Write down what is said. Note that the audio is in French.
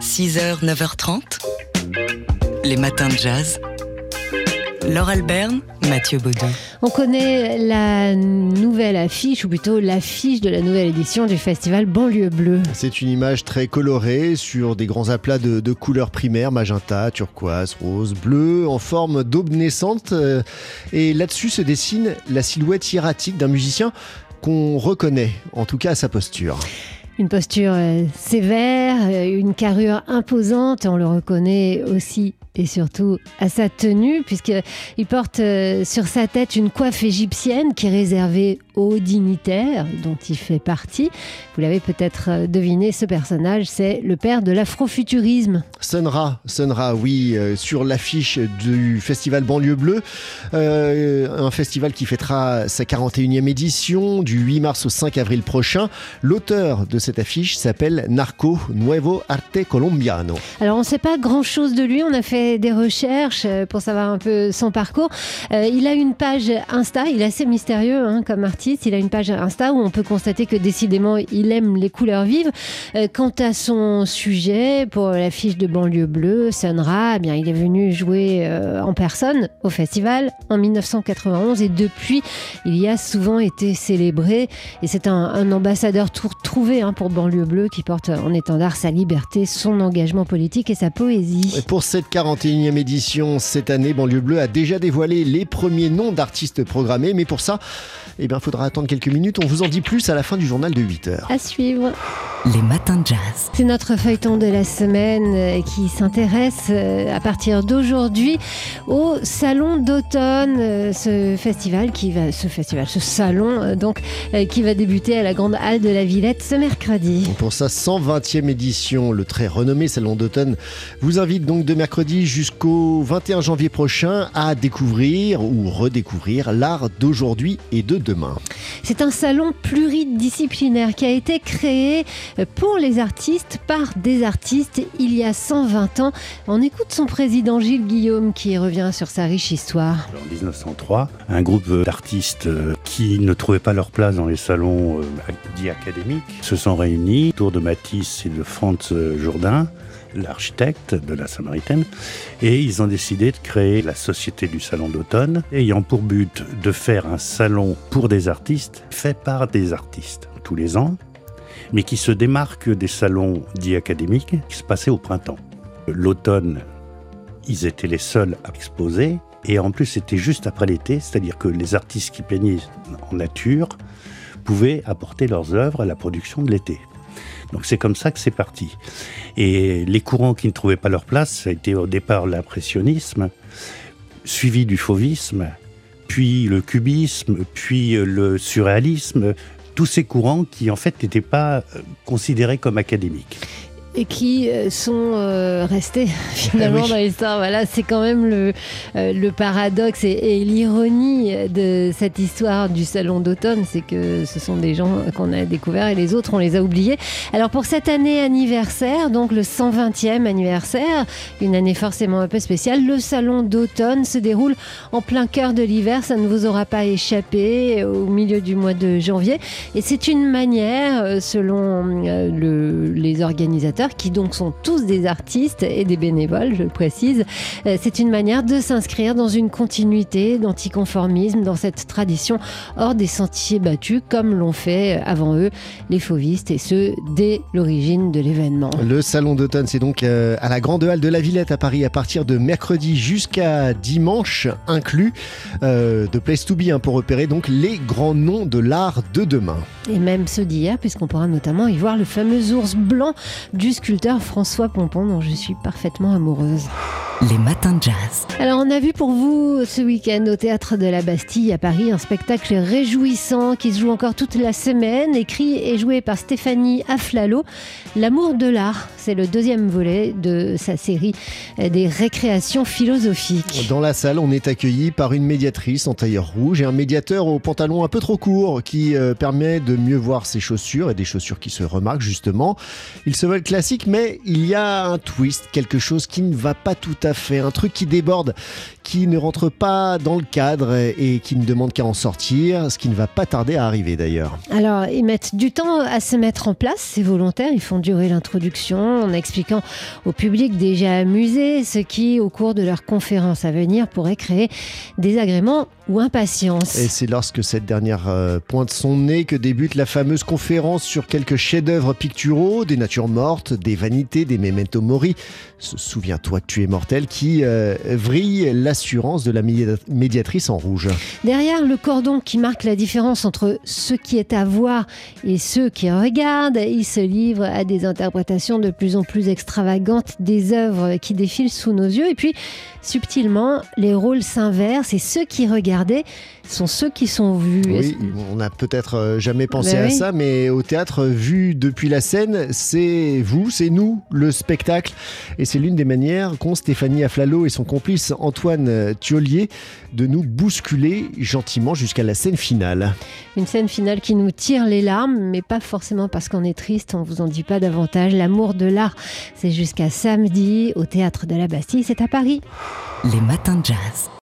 6h, 9h30, les matins de jazz. Laure Alberne, Mathieu Baudou. On connaît la nouvelle affiche, ou plutôt l'affiche de la nouvelle édition du festival Banlieue Bleue. C'est une image très colorée sur des grands aplats de couleurs primaires, magenta, turquoise, rose, bleu, en forme d'aube naissante. Et là-dessus se dessine la silhouette hiératique d'un musicien qu'on reconnaît, en tout cas à sa posture. Une posture sévère, une carrure imposante, on le reconnaît aussi et surtout à sa tenue, puisqu'il porte sur sa tête une coiffe égyptienne qui est réservée aux dignitaires dont il fait partie. Vous l'avez peut-être deviné, ce personnage, c'est le père de l'afrofuturisme. Sun Ra, oui, sur l'affiche du festival Banlieue Bleue, un festival qui fêtera sa 41e édition du 8 mars au 5 avril prochain. L'auteur de cette affiche s'appelle Narco, Nuevo Arte Colombiano. Alors on ne sait pas grand-chose de lui, on a fait des recherches pour savoir un peu son parcours. Il a une page Insta, il est assez mystérieux comme artiste, il a une page Insta où on peut constater que décidément il aime les couleurs vives. Quant à son sujet pour l'affiche de Banlieue Bleue, Sun Ra, il est venu jouer en personne au festival en 1991 et depuis il y a souvent été célébré et c'est un ambassadeur trouvé pour Banlieue Bleue qui porte en étendard sa liberté, son engagement politique et sa poésie. Et pour cette 41e édition, cette année, Banlieue Bleue a déjà dévoilé les premiers noms d'artistes programmés, mais pour ça, il faudra attendre quelques minutes. On vous en dit plus à la fin du journal de 8h. À suivre. Les matins de jazz. C'est notre feuilleton de la semaine qui s'intéresse à partir d'aujourd'hui au Salon d'automne, ce salon qui va débuter à la Grande Halle de la Villette ce mercredi. Pour sa 120e édition, le très renommé Salon d'automne vous invite donc de mercredi jusqu'au 21 janvier prochain à découvrir ou redécouvrir l'art d'aujourd'hui et de demain. C'est un salon pluridisciplinaire qui a été créé pour les artistes, par des artistes, il y a 120 ans. On écoute son président Gilles Guillaume qui revient sur sa riche histoire. En 1903, un groupe d'artistes qui ne trouvaient pas leur place dans les salons dits académiques se sont réunis autour de Matisse et de Franz Jourdain, l'architecte de la Samaritaine, et ils ont décidé de créer la Société du Salon d'automne, ayant pour but de faire un salon pour des artistes, fait par des artistes tous les ans, mais qui se démarque des salons dits académiques qui se passaient au printemps. L'automne, ils étaient les seuls à exposer, et en plus c'était juste après l'été, c'est-à-dire que les artistes qui peignaient en nature pouvaient apporter leurs œuvres à la production de l'été. Donc c'est comme ça que c'est parti. Et les courants qui ne trouvaient pas leur place, ça a été au départ l'impressionnisme, suivi du fauvisme, puis le cubisme, puis le surréalisme, tous ces courants qui en fait n'étaient pas considérés comme académiques. Et qui sont restés finalement dans l'histoire. Voilà, c'est quand même le paradoxe et l'ironie de cette histoire du Salon d'automne, c'est que ce sont des gens qu'on a découverts et les autres, on les a oubliés. Alors pour cette année anniversaire, donc le 120e anniversaire, une année forcément un peu spéciale, le Salon d'automne se déroule en plein cœur de l'hiver, ça ne vous aura pas échappé, au milieu du mois de janvier. Et c'est une manière, selon les organisateurs, qui donc sont tous des artistes et des bénévoles, je le précise. C'est une manière de s'inscrire dans une continuité d'anticonformisme, dans cette tradition hors des sentiers battus, comme l'ont fait avant eux les fauvistes, et ce, dès l'origine de l'événement. Le Salon d'automne, c'est donc à la Grande Halle de la Villette à Paris, à partir de mercredi jusqu'à dimanche inclus. De Place to Be pour repérer donc les grands noms de l'art de demain. Et même ceux d'hier, puisqu'on pourra notamment y voir le fameux ours blanc du sculpteur François Pompon, dont je suis parfaitement amoureuse. Les matins de jazz. Alors on a vu pour vous ce week-end au Théâtre de la Bastille à Paris un spectacle réjouissant qui se joue encore toute la semaine, écrit et joué par Stéphanie Aflalo. L'amour de l'art, c'est le deuxième volet de sa série des récréations philosophiques. Dans la salle, on est accueilli par une médiatrice en tailleur rouge et un médiateur au pantalon un peu trop court qui permet de mieux voir ses chaussures et des chaussures qui se remarquent justement. Ils se veulent classiques, mais il y a un twist, quelque chose qui ne va pas tout à à fait. Un truc qui déborde, qui ne rentre pas dans le cadre et qui ne demande qu'à en sortir, ce qui ne va pas tarder à arriver d'ailleurs. Alors, ils mettent du temps à se mettre en place, c'est volontaire, ils font durer l'introduction en expliquant au public déjà amusé ce qui, au cours de leur conférence à venir, pourrait créer désagrément ou impatience. Et c'est lorsque cette dernière pointe son nez que débute la fameuse conférence sur quelques chefs-d'œuvre picturaux, des natures mortes, des vanités, des memento mori. Souviens-toi que tu es mortel, qui vrille l'assurance de la médiatrice en rouge. Derrière le cordon qui marque la différence entre ce qui est à voir et ceux qui regardent, il se livre à des interprétations de plus en plus extravagantes des œuvres qui défilent sous nos yeux. Et puis, subtilement, les rôles s'inversent et ceux qui regardaient sont ceux qui sont vus. Oui, on n'a peut-être jamais pensé à ça, mais au théâtre, vu depuis la scène, c'est vous, c'est nous, le spectacle. Et c'est l'une des manières qu'ont Stéphanie Aflalo et son complice Antoine Thiollier de nous bousculer gentiment jusqu'à la scène finale. Une scène finale qui nous tire les larmes, mais pas forcément parce qu'on est triste, on vous en dit pas davantage. L'amour de l'art, c'est jusqu'à samedi au Théâtre de la Bastille, c'est à Paris. Les matins de jazz.